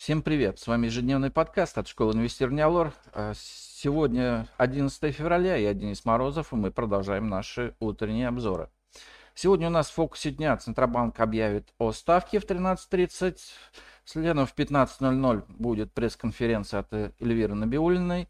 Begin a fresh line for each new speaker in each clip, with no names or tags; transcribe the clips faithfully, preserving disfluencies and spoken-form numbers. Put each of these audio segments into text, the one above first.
Всем привет! С вами ежедневный подкаст от школы инвестирования Алор. А, Сегодня одиннадцатое февраля, я Денис Морозов, и мы продолжаем наши утренние обзоры. Сегодня у нас в фокусе дня Центробанк объявит о ставке в тринадцать тридцать. Следом в пятнадцать ноль ноль будет пресс-конференция от Эльвиры Набиуллиной.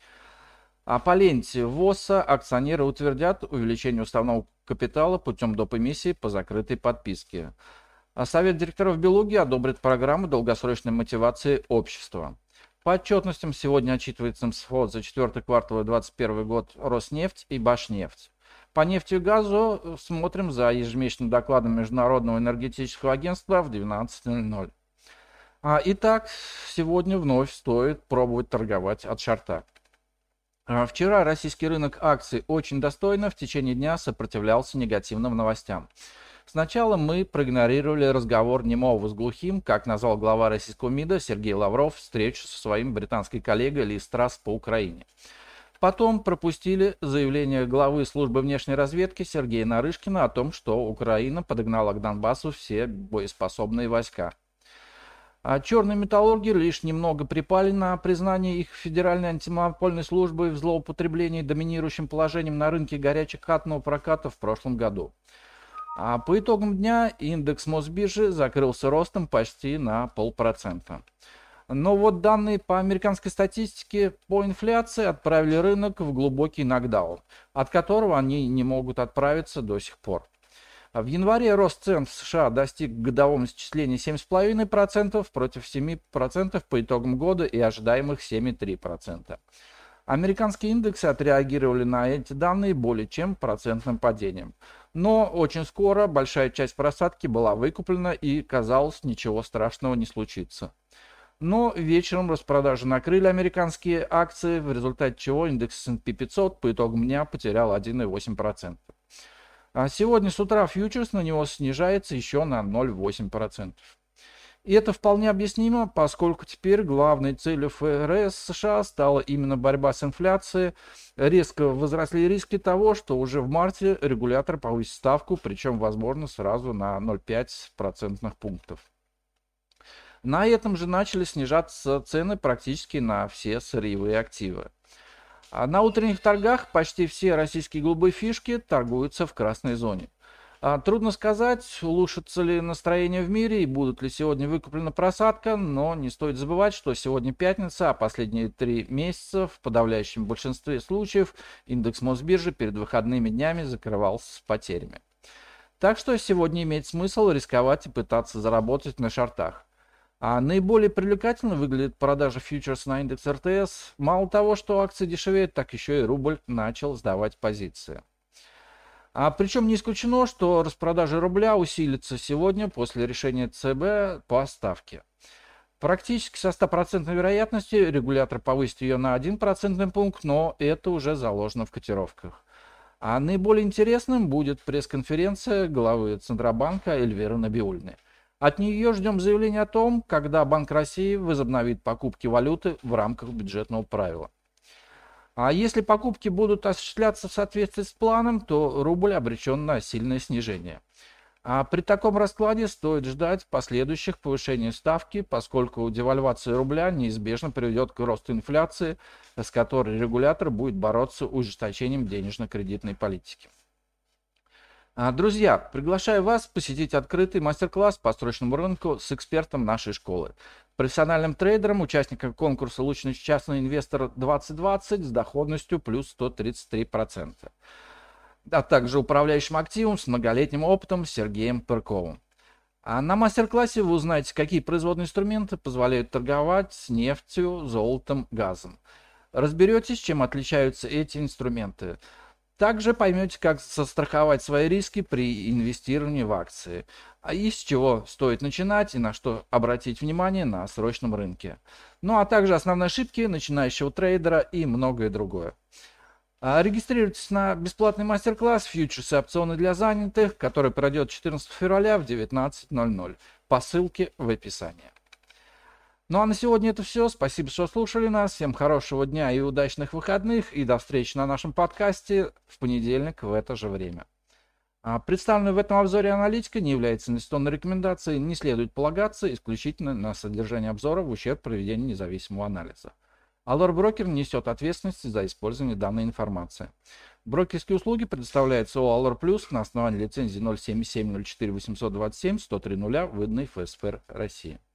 А по ленте ВОСа акционеры утвердят увеличение уставного капитала путем доп. Эмиссии по закрытой подписке. А Совет директоров Белуги одобрит программу долгосрочной мотивации общества. По отчетностям сегодня отчитывается МСФО за четвертый квартал две тысячи двадцать первый год Роснефть и Башнефть. По нефти и газу смотрим за ежемесячным докладом Международного энергетического агентства в двенадцать ноль ноль. А, итак, сегодня вновь стоит пробовать торговать от шорта. А, вчера российский рынок акций очень достойно в течение дня сопротивлялся негативным новостям. Сначала мы проигнорировали разговор немого с глухим, как назвал глава российского МИДа Сергей Лавров встречу со своим британской коллегой Ли Страс по Украине. Потом пропустили заявление главы службы внешней разведки Сергея Нарышкина о том, что Украина подогнала к Донбассу все боеспособные войска. А черные металлурги лишь немного припали на признание их Федеральной антимонопольной службы в злоупотреблении доминирующим положением на рынке горячекатного проката в прошлом году. А по итогам дня индекс Мосбиржи закрылся ростом почти на полпроцента. Но вот данные по американской статистике по инфляции отправили рынок в глубокий нокдаун, от которого они не могут отправиться до сих пор. В январе рост цен в США достиг в годовом исчислении семь целых пять десятых процента против семи процентов по итогам года и ожидаемых семь целых три десятых процента. Американские индексы отреагировали на эти данные более чем процентным падением. Но очень скоро большая часть просадки была выкуплена и, казалось, ничего страшного не случится. Но вечером распродажи накрыли американские акции, в результате чего индекс эс энд пи пятьсот по итогам дня потерял один целых восемь десятых процента. А сегодня с утра фьючерс на него снижается еще на ноль целых восемь десятых процента. И это вполне объяснимо, поскольку теперь главной целью эф эр эс США стала именно борьба с инфляцией. Резко возросли риски того, что уже в марте регулятор повысит ставку, причем, возможно, сразу на ноль целых пять десятых процентных пунктов. На этом же начали снижаться цены практически на все сырьевые активы. А на утренних торгах почти все российские голубые фишки торгуются в красной зоне. Трудно сказать, улучшится ли настроение в мире и будут ли сегодня выкуплена просадка, но не стоит забывать, что сегодня пятница, а последние три месяца в подавляющем большинстве случаев индекс Мосбиржи перед выходными днями закрывался с потерями. Так что сегодня имеет смысл рисковать и пытаться заработать на шортах. А наиболее привлекательно выглядит продажа фьючерс на индекс эр тэ эс. Мало того, что акции дешевеют, так еще и рубль начал сдавать позиции. А причем не исключено, что распродажа рубля усилится сегодня после решения ЦБ по ставке. Практически со стопроцентной вероятностью регулятор повысит ее на один процентный пункт, но это уже заложено в котировках. А наиболее интересным будет пресс-конференция главы Центробанка Эльвиры Набиуллиной. От нее ждем заявления о том, когда Банк России возобновит покупки валюты в рамках бюджетного правила. А если покупки будут осуществляться в соответствии с планом, то рубль обречен на сильное снижение. А при таком раскладе стоит ждать последующих повышений ставки, поскольку девальвация рубля неизбежно приведет к росту инфляции, с которой регулятор будет бороться ужесточением денежно-кредитной политики. Друзья, приглашаю вас посетить открытый мастер-класс по срочному рынку с экспертом нашей школы, профессиональным трейдером, участником конкурса «Лучший частный инвестор двадцать двадцать» с доходностью плюс сто тридцать три процента, а также управляющим активом с многолетним опытом Сергеем Пырковым. А на мастер-классе вы узнаете, какие производные инструменты позволяют торговать с нефтью, золотом, газом. Разберетесь, чем отличаются эти инструменты. Также поймете, как застраховать свои риски при инвестировании в акции, а и с чего стоит начинать и на что обратить внимание на срочном рынке. Ну а также основные ошибки начинающего трейдера и многое другое. Регистрируйтесь на бесплатный мастер-класс «Фьючерсы и опционы для занятых», который пройдет четырнадцатого февраля в девятнадцать ноль ноль по ссылке в описании. Ну а на сегодня это все. Спасибо, что слушали нас. Всем хорошего дня и удачных выходных. И до встречи на нашем подкасте в понедельник в это же время. А представленная в этом обзоре аналитика не является инвестиционной рекомендацией, не следует полагаться исключительно на содержание обзора в ущерб проведению независимого анализа. Allure Broker несет ответственность за использование данной информации. Брокерские услуги предоставляются ООО Allure Plus на основании лицензии ноль семь семь ноль четыре восемьсот двадцать семь сто три нуля, выданной ФСФР России.